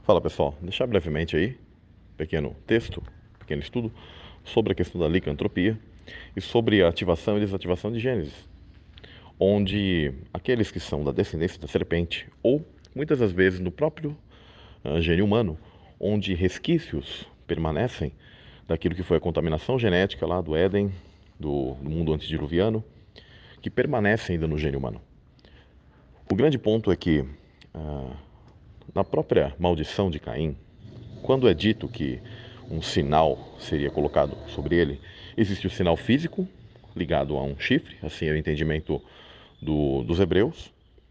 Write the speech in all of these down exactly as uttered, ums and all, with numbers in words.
Fala pessoal, deixar brevemente aí, pequeno texto, pequeno estudo sobre a questão da licantropia e sobre a ativação e desativação de Gênesis, onde aqueles que são da descendência da serpente, ou muitas das vezes no próprio uh, gênio humano, onde resquícios permanecem daquilo que foi a contaminação genética lá do Éden, do, do mundo antediluviano, que permanece ainda no gênio humano. O grande ponto é que, uh, na própria maldição de Caim, quando é dito que um sinal seria colocado sobre ele, existe o sinal físico, ligado a um chifre, assim é o entendimento do, dos hebreus,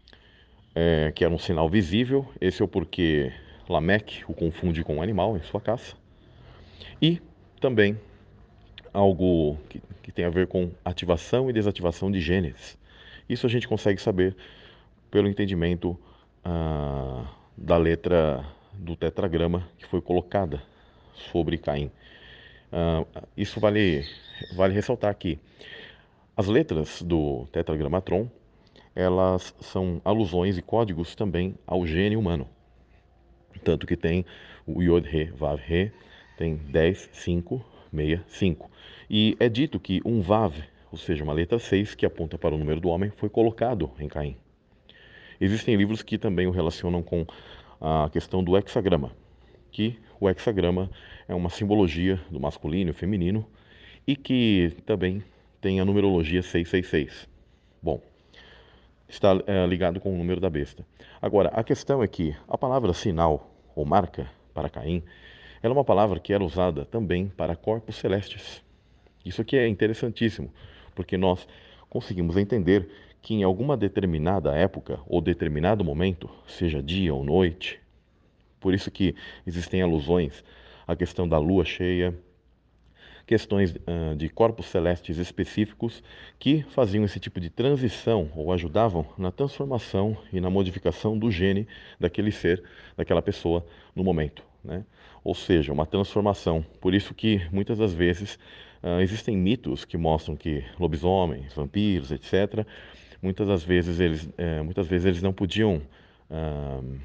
é, que era um sinal visível. Esse é o porquê Lameque o confunde com um animal em sua caça. E também algo que, que tem a ver com ativação e desativação de genes. Isso a gente consegue saber pelo entendimento ah, da letra do tetragrama que foi colocada sobre Caim. Ah, isso vale, vale ressaltar aqui. As letras do tetragramatron, elas são alusões e códigos também ao gene humano. Tanto que tem o Yod He Vav He, tem dez, cinco, seis, cinco. E é dito que um Vav, ou seja, uma letra seis, que aponta para o número do homem, foi colocado em Caim. Existem livros que também o relacionam com a questão do hexagrama, que o hexagrama é uma simbologia do masculino e feminino e que também tem a numerologia seiscentos e sessenta e seis. Bom, está é, ligado com o número da besta. Agora, a questão é que a palavra sinal ou marca para Caim, ela é uma palavra que era usada também para corpos celestes. Isso aqui é interessantíssimo, porque nós conseguimos entender que em alguma determinada época ou determinado momento, seja dia ou noite, por isso que existem alusões à questão da lua cheia, questões uh, de corpos celestes específicos que faziam esse tipo de transição ou ajudavam na transformação e na modificação do gene daquele ser, daquela pessoa no momento, né? Ou seja, uma transformação. Por isso que muitas das vezes uh, existem mitos que mostram que lobisomens, vampiros, etcétera, muitas das vezes eles, uh, muitas vezes eles não podiam uh,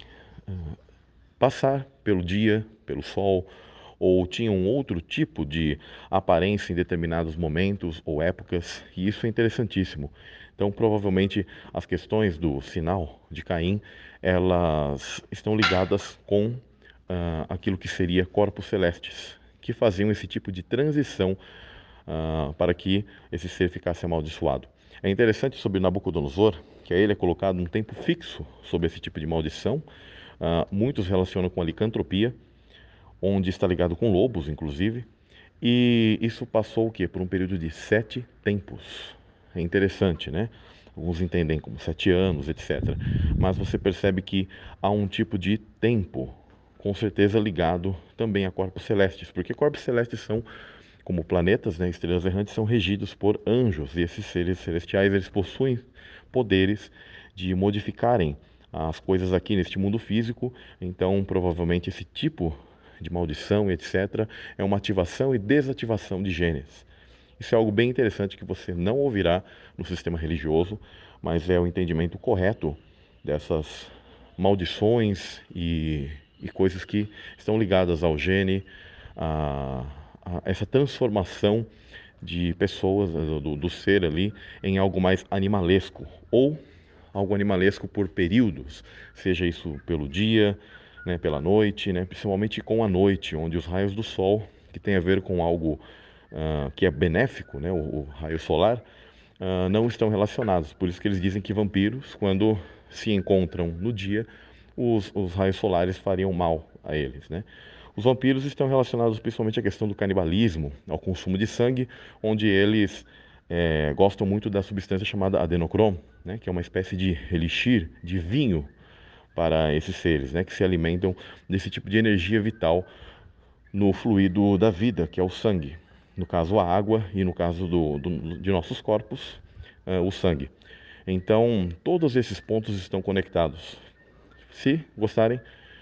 passar pelo dia, pelo sol, ou tinham outro tipo de aparência em determinados momentos ou épocas, e isso é interessantíssimo. Então, provavelmente, as questões do sinal de Caim, elas estão ligadas com ah, aquilo que seria corpos celestes, que faziam esse tipo de transição ah, para que esse ser ficasse amaldiçoado. É interessante sobre Nabucodonosor, que ele é colocado um tempo fixo sobre esse tipo de maldição. Ah, muitos relacionam com a licantropia, onde está ligado com lobos, inclusive, e isso passou o quê? Por um período de sete tempos. É interessante, né? Alguns entendem como sete anos, etcétera. Mas você percebe que há um tipo de tempo, com certeza ligado também a corpos celestes, porque corpos celestes são, como planetas, né, estrelas errantes, são regidos por anjos, e esses seres celestiais eles possuem poderes de modificarem as coisas aqui neste mundo físico. Então, provavelmente esse tipo de maldição, etcétera, é uma ativação e desativação de genes. Isso é algo bem interessante que você não ouvirá no sistema religioso, mas é o entendimento correto dessas maldições e, e coisas que estão ligadas ao gene, a, a essa transformação de pessoas, do, do ser ali, em algo mais animalesco, ou algo animalesco por períodos, seja isso pelo dia, né, pela noite, né, principalmente com a noite, onde os raios do sol, que tem a ver com algo uh, que é benéfico, né, o, o raio solar, uh, não estão relacionados. Por isso que eles dizem que vampiros, quando se encontram no dia, os, os raios solares fariam mal a eles, né? Os vampiros estão relacionados principalmente à questão do canibalismo, ao consumo de sangue, onde eles é, gostam muito da substância chamada adenocrom, né, que é uma espécie de elixir, de vinho para esses seres, né, que se alimentam desse tipo de energia vital no fluido da vida, que é o sangue. No caso, a água e no caso do, do, de nossos corpos, uh, o sangue. Então, todos esses pontos estão conectados. Se gostarem,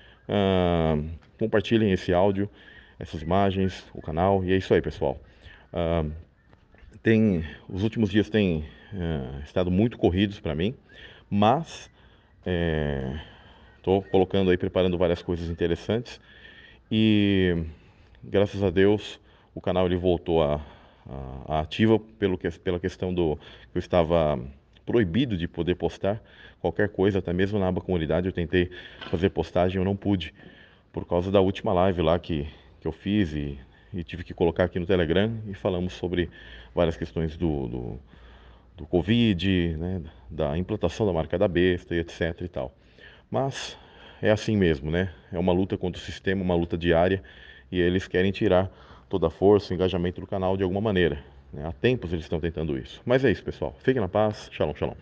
uh, compartilhem esse áudio, essas imagens, o canal, e é isso aí, pessoal. Uh, tem, os últimos dias têm uh, estado muito corridos para mim, mas Estou colocando aí, preparando várias coisas interessantes e graças a Deus o canal ele voltou a, a, a ativa pelo que, pela questão do que eu estava proibido de poder postar qualquer coisa, até mesmo na aba comunidade eu tentei fazer postagem, eu não pude por causa da última live lá que, que eu fiz e, e tive que colocar aqui no Telegram e falamos sobre várias questões do, do, do Covid, né, da implantação da marca da besta e etc e tal. Mas é assim mesmo, né? É uma luta contra o sistema, uma luta diária e eles querem tirar toda a força, o engajamento do canal de alguma maneira, né? Há tempos eles estão tentando isso. Mas é isso, pessoal. Fiquem na paz. Shalom, shalom.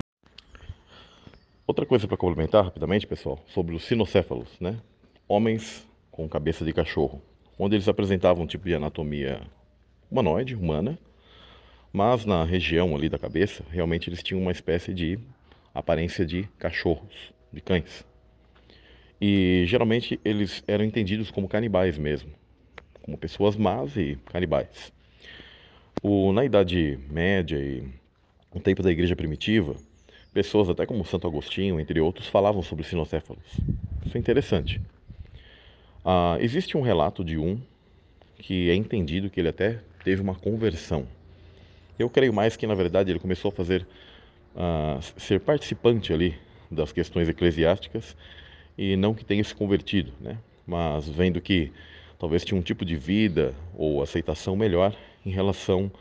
Outra coisa para complementar rapidamente, pessoal, sobre os sinocéfalos, né? Homens com cabeça de cachorro, onde eles apresentavam um tipo de anatomia humanoide, humana, mas na região ali da cabeça, realmente eles tinham uma espécie de aparência de cachorros, de cães. E geralmente eles eram entendidos como canibais mesmo, como pessoas más e canibais. O, na Idade Média e no tempo da Igreja Primitiva, pessoas até como Santo Agostinho, entre outros, falavam sobre sinocéfalos. Isso é interessante. Ah, existe um relato de um que é entendido que ele até teve uma conversão. Eu creio mais que, na verdade, ele começou a fazer, a ser participante ali das questões eclesiásticas e não que tenha se convertido, né? Mas vendo que talvez tinha um tipo de vida ou aceitação melhor em relação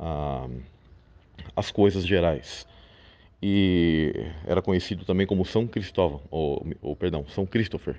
às coisas gerais. E era conhecido também como São Cristóvão, ou, ou perdão, São Christopher.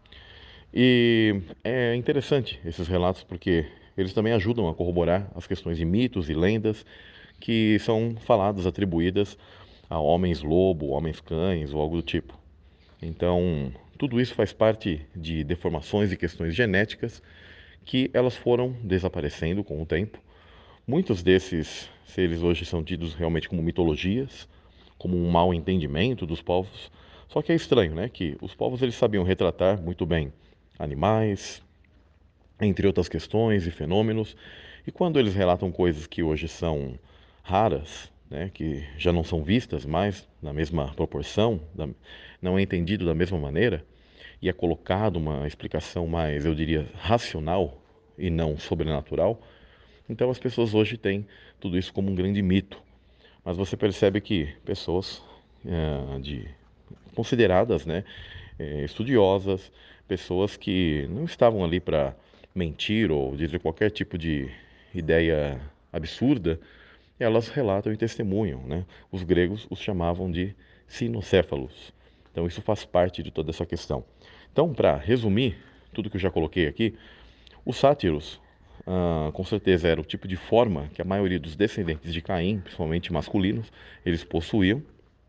E é interessante esses relatos porque eles também ajudam a corroborar as questões de mitos e lendas que são faladas, atribuídas a homens lobo, homens cães ou algo do tipo. Então, tudo isso faz parte de deformações e questões genéticas que elas foram desaparecendo com o tempo. Muitos desses seres hoje são tidos realmente como mitologias, como um mau entendimento dos povos. Só que é estranho, né, que os povos eles sabiam retratar muito bem animais, entre outras questões e fenômenos, e quando eles relatam coisas que hoje são raras, né, que já não são vistas mais na mesma proporção, da, não é entendido da mesma maneira, e é colocado uma explicação mais, eu diria, racional e não sobrenatural, então as pessoas hoje têm tudo isso como um grande mito. Mas você percebe que pessoas é, de, consideradas, né, é, estudiosas, pessoas que não estavam ali para mentir ou dizer qualquer tipo de ideia absurda, elas relatam e testemunham, né? Os gregos os chamavam de sinocéfalos. Então isso faz parte de toda essa questão. Então, para resumir tudo que eu já coloquei aqui, os sátiros, ah, com certeza era o tipo de forma que a maioria dos descendentes de Caim, principalmente masculinos, eles possuíam.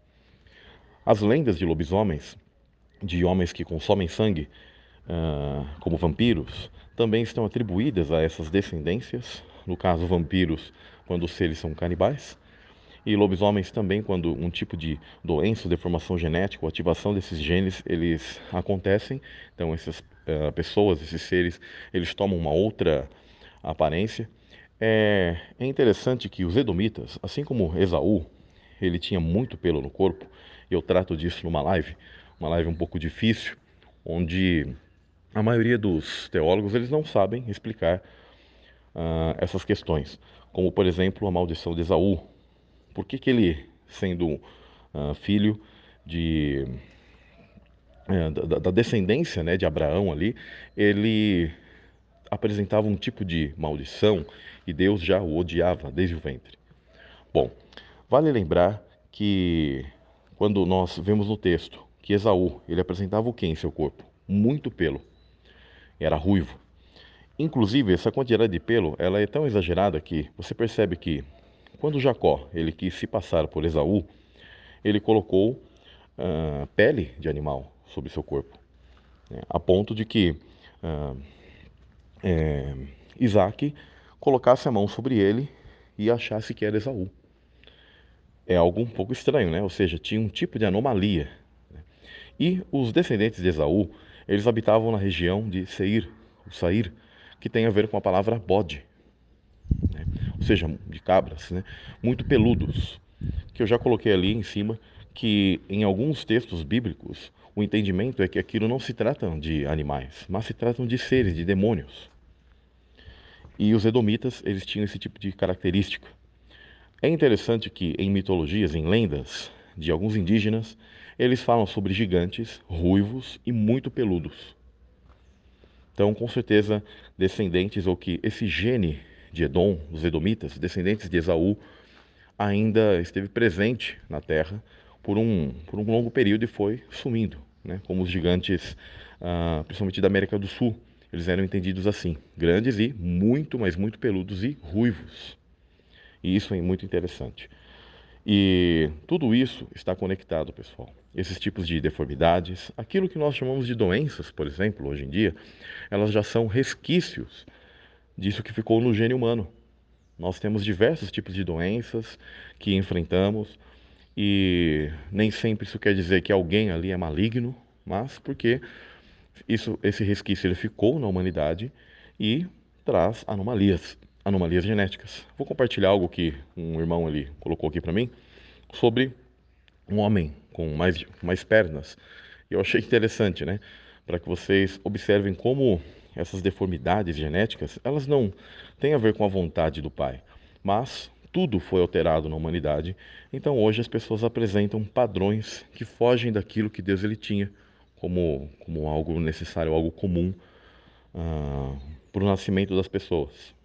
As lendas de lobisomens, de homens que consomem sangue, ah, como vampiros, também estão atribuídas a essas descendências. No caso, vampiros, quando os seres são canibais. E lobisomens também, quando um tipo de doença, deformação genética ou ativação desses genes, eles acontecem. Então, essas uh, pessoas, esses seres, eles tomam uma outra aparência. É, é interessante que os edomitas, assim como Esaú, ele tinha muito pelo no corpo. Eu trato disso numa live, uma live um pouco difícil, onde a maioria dos teólogos eles não sabem explicar uh, essas questões, como por exemplo a maldição de Esaú. Por que que ele, sendo uh, filho de, uh, da, da descendência, né, de Abraão ali, ele apresentava um tipo de maldição e Deus já o odiava desde o ventre? Bom, vale lembrar que quando nós vemos no texto que Esaú, ele apresentava o que em seu corpo? Muito pelo, era ruivo. Inclusive, essa quantidade de pelo, ela é tão exagerada que você percebe que quando Jacó, ele quis se passar por Esaú, ele colocou ah, pele de animal sobre seu corpo, né? A ponto de que ah, é, Isaac colocasse a mão sobre ele e achasse que era Esaú. É algo um pouco estranho, né? Ou seja, tinha um tipo de anomalia. E os descendentes de Esaú, eles habitavam na região de Seir, o Sair, que tem a ver com a palavra bode, né? Ou seja, de cabras, né? Muito peludos, que eu já coloquei ali em cima, que em alguns textos bíblicos o entendimento é que aquilo não se trata de animais, mas se tratam de seres, de demônios. E os edomitas, eles tinham esse tipo de característica. É interessante que em mitologias, em lendas de alguns indígenas, eles falam sobre gigantes, ruivos e muito peludos. Então, com certeza, descendentes ou que esse gene de Edom, os edomitas, descendentes de Esaú, ainda esteve presente na Terra por um, por um longo período e foi sumindo, né? Como os gigantes, ah, principalmente da América do Sul, eles eram entendidos assim, grandes e muito, mas muito peludos e ruivos. E isso é muito interessante. E tudo isso está conectado, pessoal. Esses tipos de deformidades, aquilo que nós chamamos de doenças, por exemplo, hoje em dia, elas já são resquícios disso que ficou no gene humano. Nós temos diversos tipos de doenças que enfrentamos e nem sempre isso quer dizer que alguém ali é maligno, mas porque isso, esse resquício ele ficou na humanidade e traz anomalias, anomalias genéticas. Vou compartilhar algo que um irmão ali colocou aqui para mim sobre um homem com mais, mais pernas. E eu achei interessante, né? Para que vocês observem como essas deformidades genéticas, elas não têm a ver com a vontade do pai, mas tudo foi alterado na humanidade. Então hoje as pessoas apresentam padrões que fogem daquilo que Deus ele tinha como, como algo necessário, algo comum ah, para o nascimento das pessoas.